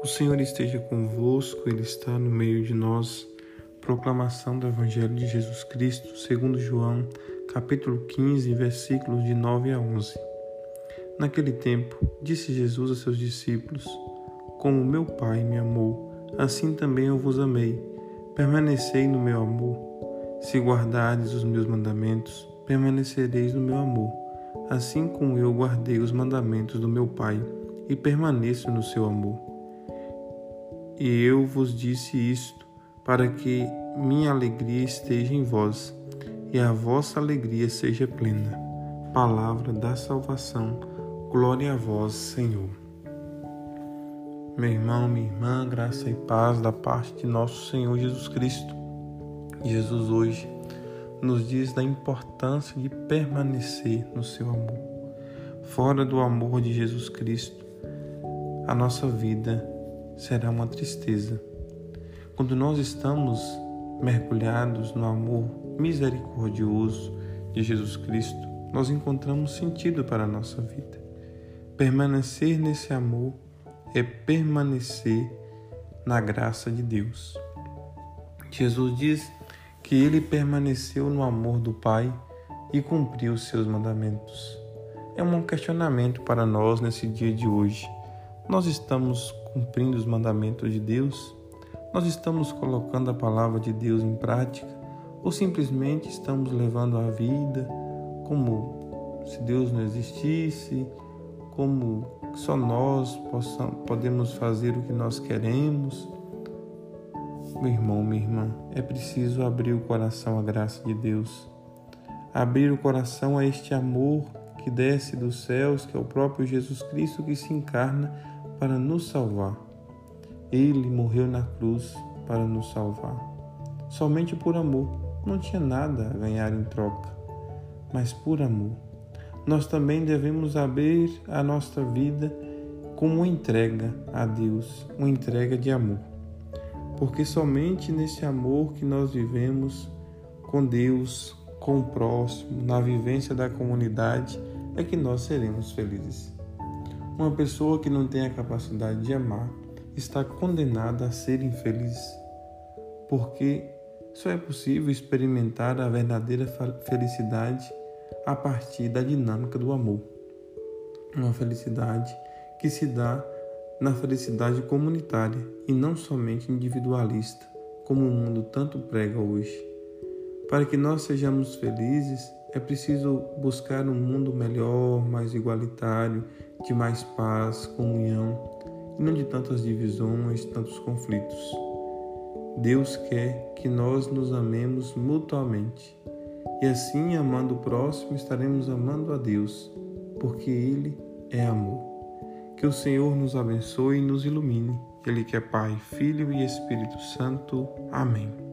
O Senhor esteja convosco, Ele está no meio de nós. Proclamação do Evangelho de Jesus Cristo, segundo João, capítulo 15, versículos de 9 a 11. Naquele tempo, disse Jesus a seus discípulos: Como meu Pai me amou, assim também eu vos amei. Permanecei no meu amor. Se guardardes os meus mandamentos, permanecereis no meu amor, assim como eu guardei os mandamentos do meu Pai e permaneço no seu amor. E eu vos disse isto, para que minha alegria esteja em vós, e a vossa alegria seja plena. Palavra da salvação. Glória a vós, Senhor. Meu irmão, minha irmã, graça e paz da parte de nosso Senhor Jesus Cristo. Jesus hoje nos diz da importância de permanecer no seu amor. Fora do amor de Jesus Cristo, a nossa vida será uma tristeza. Quando nós estamos mergulhados no amor misericordioso de Jesus Cristo, nós encontramos sentido para a nossa vida. Permanecer nesse amor é permanecer na graça de Deus. Jesus diz que ele permaneceu no amor do Pai e cumpriu os seus mandamentos. É um questionamento para nós nesse dia de hoje. Nós estamos cumprindo os mandamentos de Deus? Nós estamos colocando a palavra de Deus em prática? Ou simplesmente estamos levando a vida como se Deus não existisse, como só nós podemos fazer o que nós queremos? Meu irmão, minha irmã, é preciso abrir o coração à graça de Deus. Abrir o coração a este amor que desce dos céus, que é o próprio Jesus Cristo que se encarna para nos salvar. Ele morreu na cruz para nos salvar. Somente por amor. Não tinha nada a ganhar em troca, mas por amor. Nós também devemos abrir a nossa vida como uma entrega a Deus, uma entrega de amor. Porque somente nesse amor que nós vivemos com Deus, com o próximo, na vivência da comunidade, é que nós seremos felizes. Uma pessoa que não tem a capacidade de amar está condenada a ser infeliz, porque só é possível experimentar a verdadeira felicidade a partir da dinâmica do amor. Uma felicidade que se dá na felicidade comunitária e não somente individualista, como o mundo tanto prega hoje. Para que nós sejamos felizes, é preciso buscar um mundo melhor, mais igualitário, de mais paz, comunhão, e não de tantas divisões, tantos conflitos. Deus quer que nós nos amemos mutuamente, e assim, amando o próximo, estaremos amando a Deus, porque Ele é amor. Que o Senhor nos abençoe e nos ilumine. Ele que é Pai, Filho e Espírito Santo. Amém.